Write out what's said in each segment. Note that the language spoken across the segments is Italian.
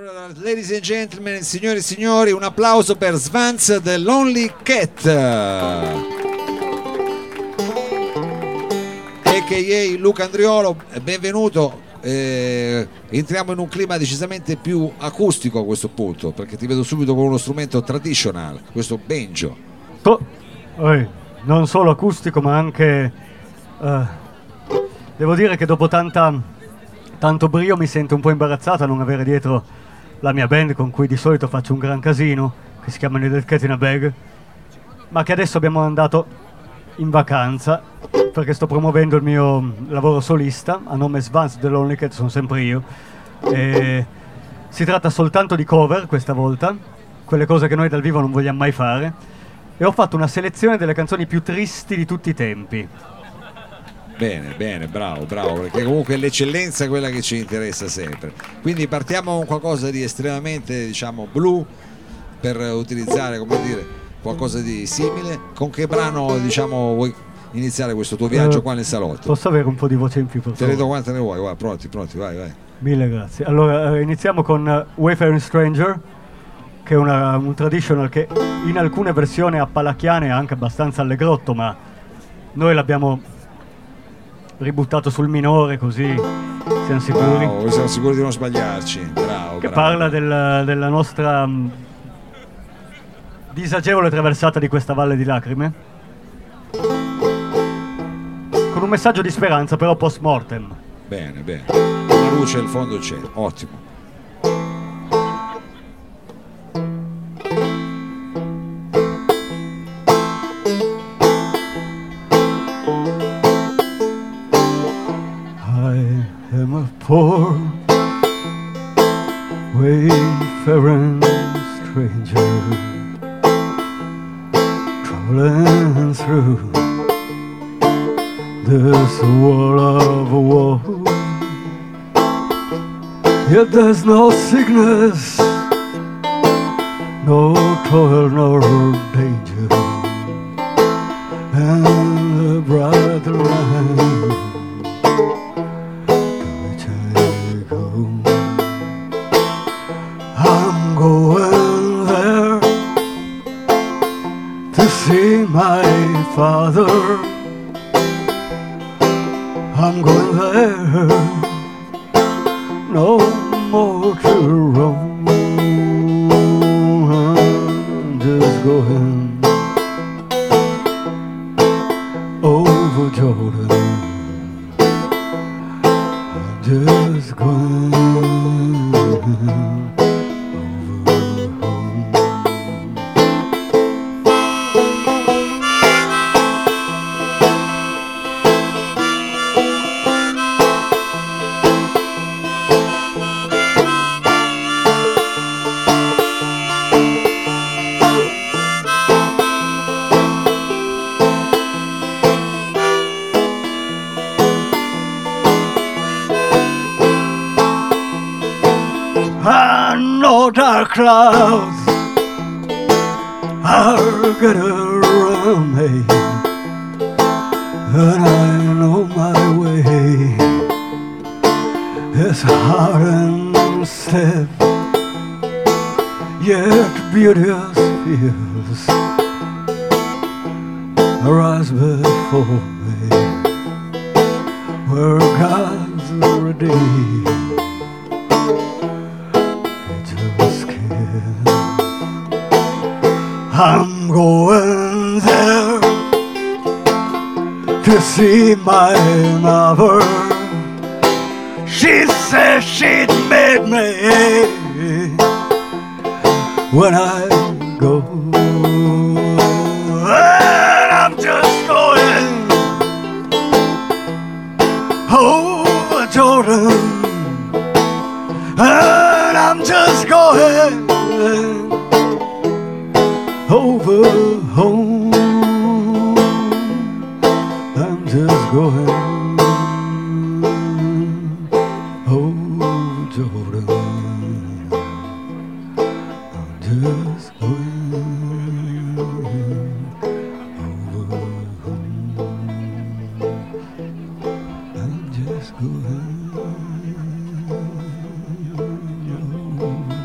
Ladies and gentlemen, signore e signori, un applauso per Svans The Lonely Cat, a.k.a. Luca Andriolo, benvenuto. Entriamo in un clima decisamente più acustico a questo punto, perché ti vedo subito con uno strumento traditional, questo banjo. Non solo acustico, ma anche devo dire che dopo tanto brio mi sento un po' imbarazzato a non avere dietro la mia band con cui di solito faccio un gran casino, che si chiama Dead Cat in a Bag, ma che adesso abbiamo andato in vacanza perché sto promuovendo il mio lavoro solista a nome Svans The Lonely Cat, sono sempre io, e si tratta soltanto di cover questa volta, quelle cose che noi dal vivo non vogliamo mai fare, e ho fatto una selezione delle canzoni più tristi di tutti i tempi. Bene, bravo, perché comunque l'eccellenza è quella che ci interessa sempre. Quindi partiamo con qualcosa di estremamente, diciamo, blu, per utilizzare, come dire, qualcosa di simile. Con che brano, diciamo, vuoi iniziare questo tuo viaggio qua nel salotto? Posso avere un po' di voce in più, per favore? Te ne do quante ne vuoi, vai, pronti, vai. Mille grazie. Allora, iniziamo con Wayfaring Stranger, che è un traditional che in alcune versioni appalacchiane è anche abbastanza allegrotto, ma noi l'abbiamo ributtato sul minore, così siamo sicuri. Siamo sicuri di non sbagliarci. Bravo. Parla della nostra disagevole traversata di questa valle di lacrime, con un messaggio di speranza però post mortem. Bene, la luce al fondo c'è, ottimo. Poor wayfaring stranger, traveling through this world of woe. Yet there's no sickness, no toil nor danger, and the bright land going there to see my father. I'm going there no more to roam. I'm just going over Jordan. I'm just going dark clouds are gonna around me, and I know my way is hard and stiff, yet beauteous fears arise before me, where God's redeemed. I'm going there to see my mother. She says she'd make me when I go. And I'm just going over Jordan. And I'm just going over home. I'm just going over Jordan. I'm just going over home. I'm just going over home.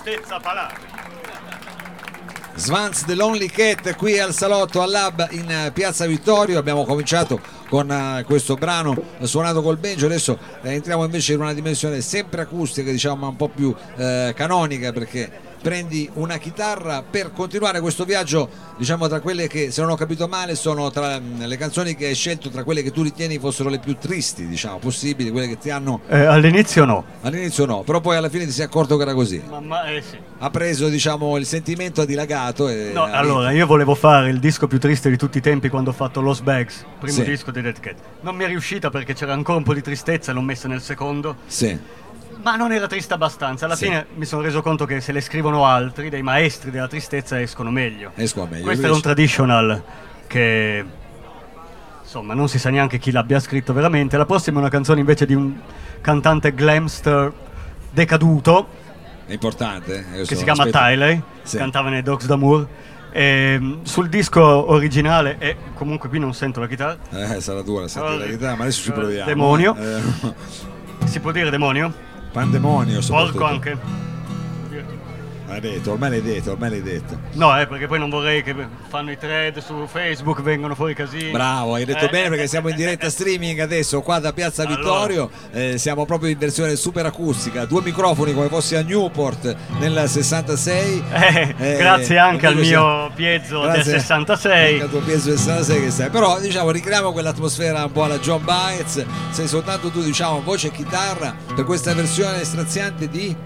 tristezza palare. Svans The Lonely Cat qui al salotto al Lab in Piazza Vittorio. Abbiamo cominciato con questo brano suonato col banjo, adesso entriamo invece in una dimensione sempre acustica, diciamo, ma un po' più canonica, perché prendi una chitarra per continuare questo viaggio, diciamo, tra quelle che, se non ho capito male, sono tra le canzoni che hai scelto, tra quelle che tu ritieni fossero le più tristi, diciamo, possibili, quelle che ti hanno... All'inizio no. All'inizio no, però poi alla fine ti sei accorto che era così. Sì. Ha preso, diciamo, il sentimento, ha dilagato e... No, allora, io volevo fare il disco più triste di tutti i tempi quando ho fatto Lost Bags, primo Sì. disco di Dead Cat. Non mi è riuscita perché c'era ancora un po' di tristezza, l'ho messa nel secondo. Sì. Ma non era triste abbastanza. Alla Sì. fine mi sono reso conto che se le scrivono altri, dei maestri della tristezza, escono meglio. Escono meglio. Questo era un traditional che, insomma, non si sa neanche chi l'abbia scritto veramente. La prossima è una canzone invece di un cantante glamster decaduto È importante. che si chiama Tyler, Sì. cantava nei Dogs d'Amour. Sul disco originale, e comunque qui non sento la chitarra. Sarà dura sentire la chitarra, ma adesso ci proviamo. Demonio. Si può dire demonio? Pandemonio soprattutto. Porco anche. Ormai l'hai detto. No, perché poi non vorrei che fanno i thread su Facebook, vengono fuori casini. Bravo, hai detto bene, perché siamo in diretta streaming adesso qua da Piazza Vittorio. Siamo proprio in versione super acustica, 2 microfoni come fossi a Newport nel 66. Grazie anche al mio piezo del 66. Anche al tuo piezo del 66 che sei. Però, diciamo, ricreiamo quell'atmosfera un po' alla John Baez. Sei soltanto tu, diciamo, voce e chitarra per questa versione straziante di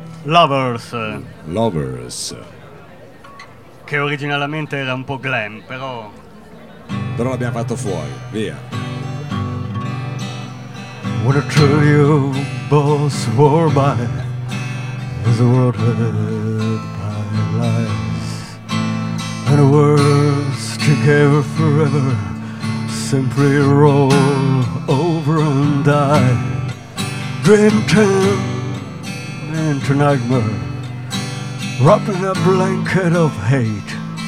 Lovers, che originalmente era un po' glam, però l'abbiamo fatto fuori, via. When I tell you both swore by as the world had by lies, and the words together forever simply roll over and die, dream time into nightmare, wrapped in a blanket of hate.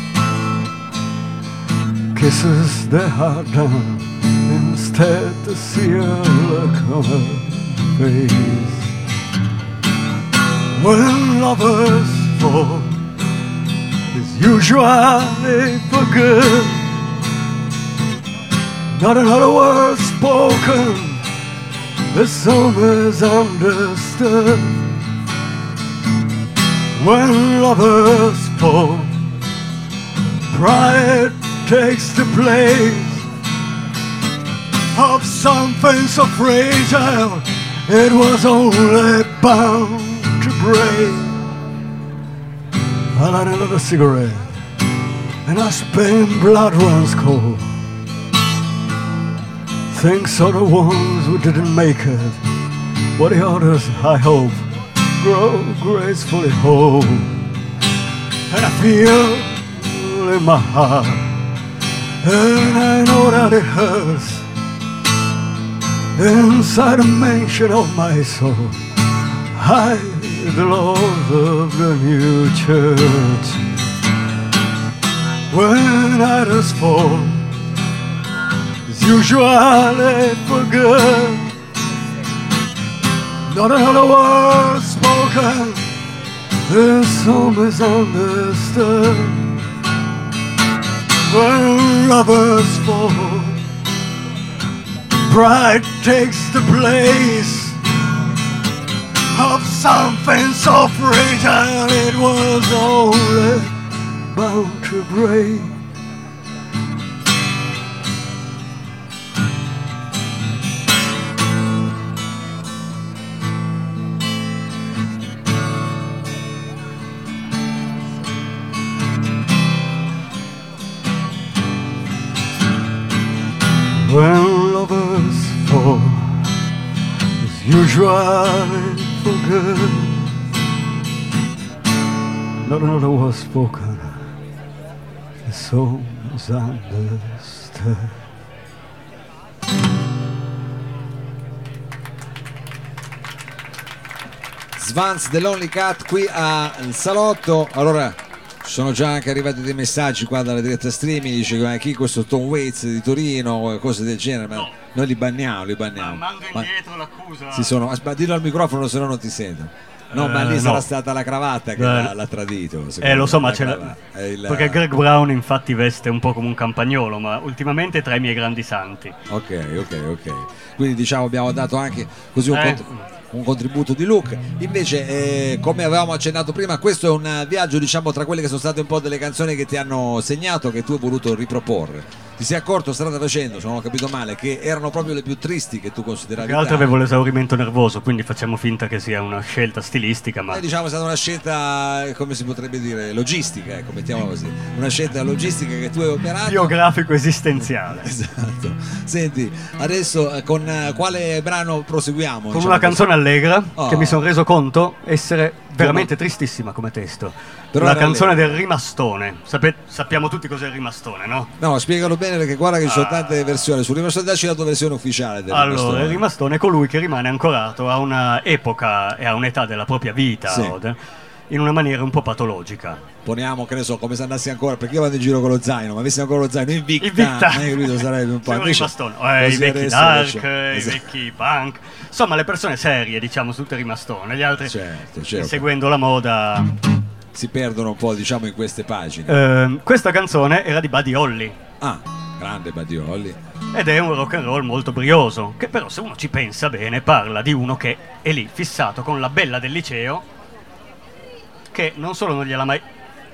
Kisses their heart down, instead to see a look on her face. When lovers fall, it's usually for good. Not another word spoken, the song is understood. When lovers fall, pride takes the place of something so fragile it was only bound to break. I light another cigarette and I spin blood runs cold. Thinks of the ones who didn't make it, but the others, I hope, grow gracefully whole. And I feel in my heart, and I know that it hurts inside a mansion of my soul. I, the Lord of the new church. When others fall, it's usually for good. Not another word spoken, the song is understood. When lovers fall, pride takes the place of something so fragile it was only bound to break. When lovers fall, it's usually for good. Not another word spoken, the song is understood. Svans The Lonely Cat qui al salotto. Allora, Sono già anche arrivati dei messaggi qua dalla diretta streaming, dice chi questo Tom Waits di Torino, cose del genere, ma noi li banniamo. Mando indietro l'accusa. Ma dillo al microfono se no non ti sento. No, ma lì sarà stata la cravatta che l'ha tradito. Lo so, ma perché Greg Brown infatti veste un po' come un campagnolo, ma ultimamente è tra i miei grandi santi. Ok. Quindi diciamo abbiamo dato anche così un contributo di Luke. Invece come avevamo accennato prima, questo è un viaggio diciamo tra quelle che sono state un po' delle canzoni che ti hanno segnato, che tu hai voluto riproporre. Ti sei accorto strada facendo, se non ho capito male, che erano proprio le più tristi che tu consideravi? Tra l'altro avevo l'esaurimento nervoso, quindi facciamo finta che sia una scelta stilistica, ma diciamo è stata una scelta, come si potrebbe dire, logistica, ecco, mettiamola così, una scelta logistica che tu hai operato, biografico esistenziale. Esatto. Senti, adesso con quale brano proseguiamo? Con diciamo una canzone allegra che mi sono reso conto essere veramente tristissima come testo. Però la canzone del rimastone. Sappiamo tutti cos'è il rimastone, no? No, spiegalo bene perché guarda che ci sono tante versioni. Sul rimastone dacci la tua versione ufficiale del allora, il rimastone è colui che rimane ancorato a una epoca e a un'età della propria vita, sì, in una maniera un po' patologica. Poniamo, che ne so, come se andassi ancora, perché io vado in giro con lo zaino, ma avessi ancora lo zaino invicta, capito, sarebbe un po' invece i vecchi dark, i vecchi punk, insomma le persone serie, diciamo, tutte rimastone, gli altri certo. seguendo la moda si perdono un po', diciamo, in queste pagine. Questa canzone era di Buddy Holly. Grande Buddy Holly. Ed è un rock and roll molto brioso, che però se uno ci pensa bene parla di uno che è lì fissato con la bella del liceo, che non solo non gliela mai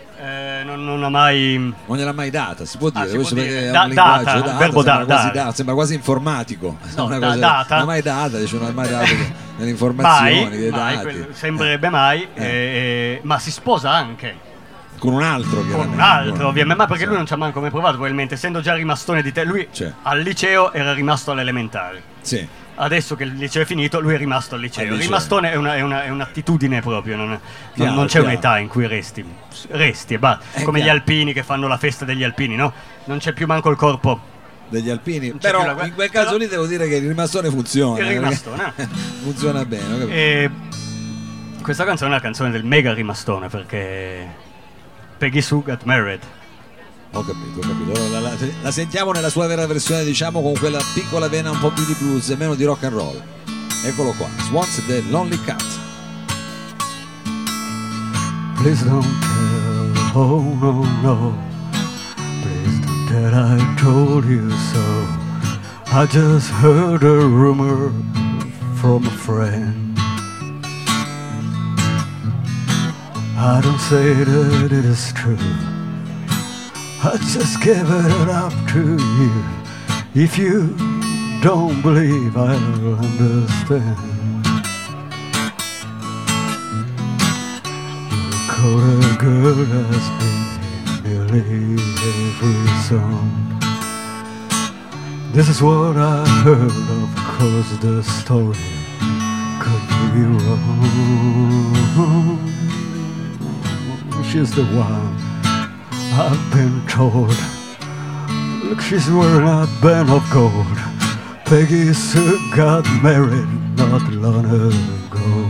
non gliel'ha mai data, si può dire, questo perché è un linguaggio data, verbo sembra quasi informatico, no, una cosa, data non mai data, dice, non è mai dato delle informazioni, dei dati, sembrerebbe mai, ma si sposa anche con un altro, ovviamente, ma perché lui non ci ha manco mai provato, probabilmente, essendo già rimastone di te, lui al liceo era rimasto all'elementare. Sì. Adesso che il liceo è finito, lui è rimasto al liceo. Il rimastone è un'attitudine proprio, non c'è un'età in cui resti e basta. Come gli alpini che fanno la festa degli alpini, no? Non c'è più manco il corpo degli alpini, però in quel caso lì devo dire che il rimastone funziona. Il rimastone funziona bene. Questa canzone è la canzone del mega rimastone, perché Peggy Sue Got Married. Ho capito. Allora, la sentiamo nella sua vera versione, diciamo, con quella piccola vena un po' più di blues e meno di rock and roll. Eccolo qua, Swans The Lonely Cat. Please don't tell, oh no, please don't tell I told you so. I just heard a rumor from a friend. I don't say that it is true, I just give it up to you. If you don't believe, I'll understand. Dakota girl has been in nearly every song. This is what I heard, of course the story could be wrong. She's the one I've been told. Look, she's wearing a band of gold. Peggy Sue got married not long ago.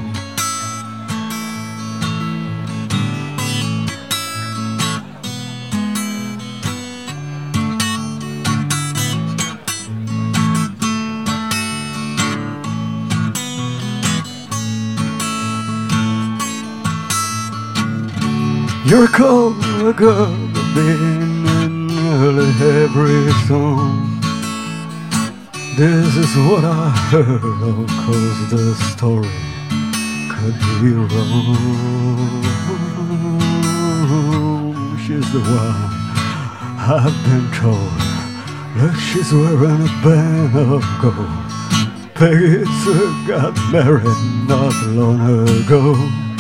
You're a cold girl, been in nearly every song. This is what I heard, of course the story could be wrong. She's the one I've been told. Look, she's wearing a band of gold. Peggy Sue got married not long ago.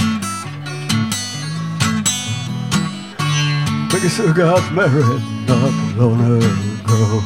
Peggy Sue got married not long ago.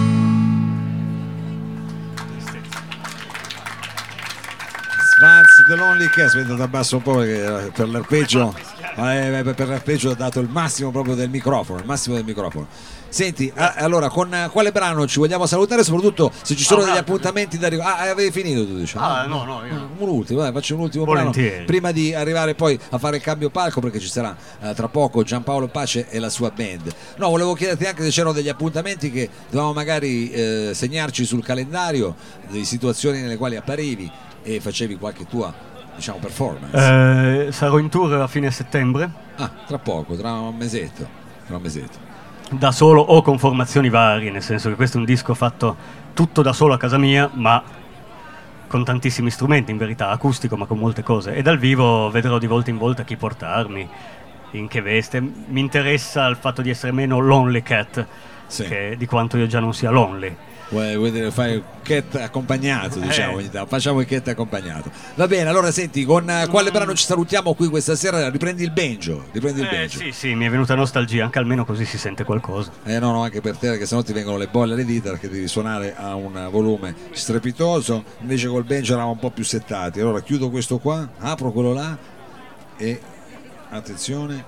Swans The Lonely Cat, aspetta, ti abbasso un po' perché per l'arpeggio ho dato il massimo proprio del microfono, il massimo del microfono. Senti, allora con quale brano ci vogliamo salutare, soprattutto se ci sono degli appuntamenti da arrivare? Avevi finito tu, diciamo? No, io... Un ultimo, dai, faccio un ultimo Volentieri. brano prima di arrivare poi a fare il cambio palco, perché ci sarà tra poco Giampaolo Pace e la sua band. No, volevo chiederti anche se c'erano degli appuntamenti che dovevamo magari segnarci sul calendario, delle situazioni nelle quali apparivi e facevi qualche tua, diciamo, performance. Sarò in tour a fine settembre. Tra poco, tra un mesetto. Da solo o con formazioni varie, nel senso che questo è un disco fatto tutto da solo a casa mia, ma con tantissimi strumenti, in verità, acustico ma con molte cose. E dal vivo vedrò di volta in volta chi portarmi, in che veste. Mi interessa il fatto di essere meno Lonely Cat, sì, che di quanto io già non sia lonely. Vuoi vedere, fai il cat accompagnato, diciamo, ogni tanto. Facciamo il cat accompagnato. Va bene, allora senti, con quale brano ci salutiamo qui questa sera? Riprendi il banjo. Sì, mi è venuta nostalgia, anche almeno così si sente qualcosa. No, anche per te, che sennò ti vengono le bolle alle dita, perché devi suonare a un volume strepitoso. Invece col banjo eravamo un po' più settati. Allora chiudo questo qua, apro quello là e attenzione.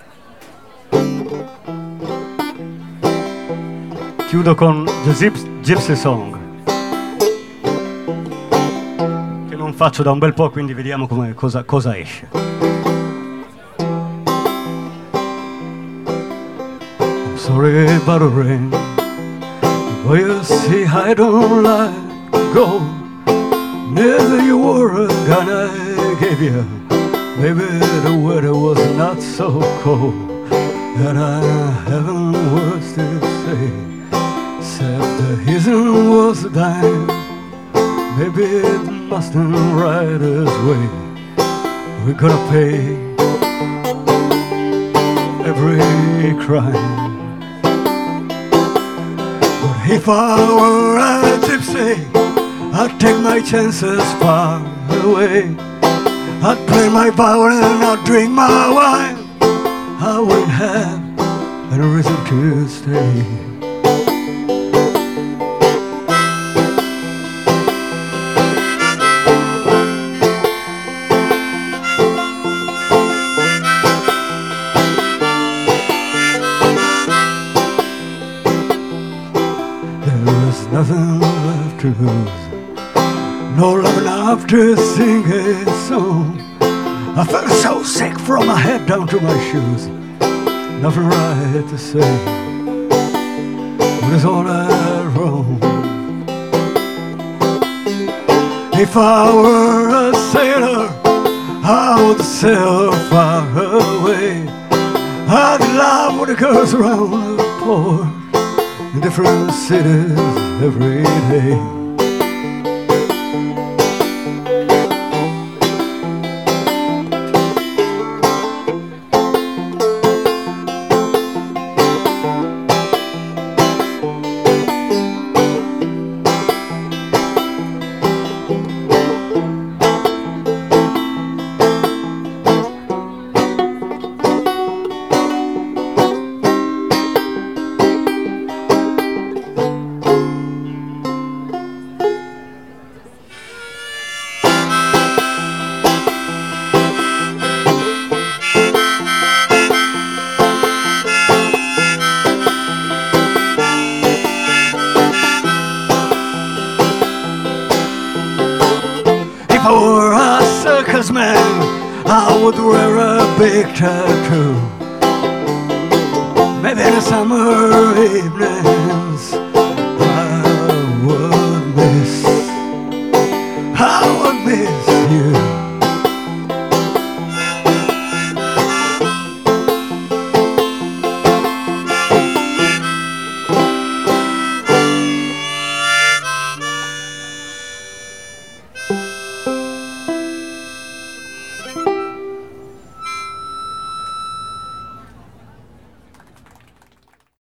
Chiudo con The Gypsy Song, che non faccio da un bel po', quindi vediamo cosa esce. I'm sorry about the rain, but you see I don't like gold. Neither you were a gun I gave you, maybe the weather was not so cold, and I haven't words to say. Except the reason was a dime, maybe it mustn't right as way. We're gonna pay every crime. But if I were a gypsy, I'd take my chances far away. I'd play my violin and I'd drink my wine. I wouldn't have any reason to stay. Nothing left to lose, no love after singing a song. I felt so sick from my head down to my shoes. Nothing right to say, but it's all that wrong. If I were a sailor, I would sail far away. I'd laugh with the girls around the port in different cities every day. If I were a circus man, I would wear a big tattoo. Maybe in a summer evening,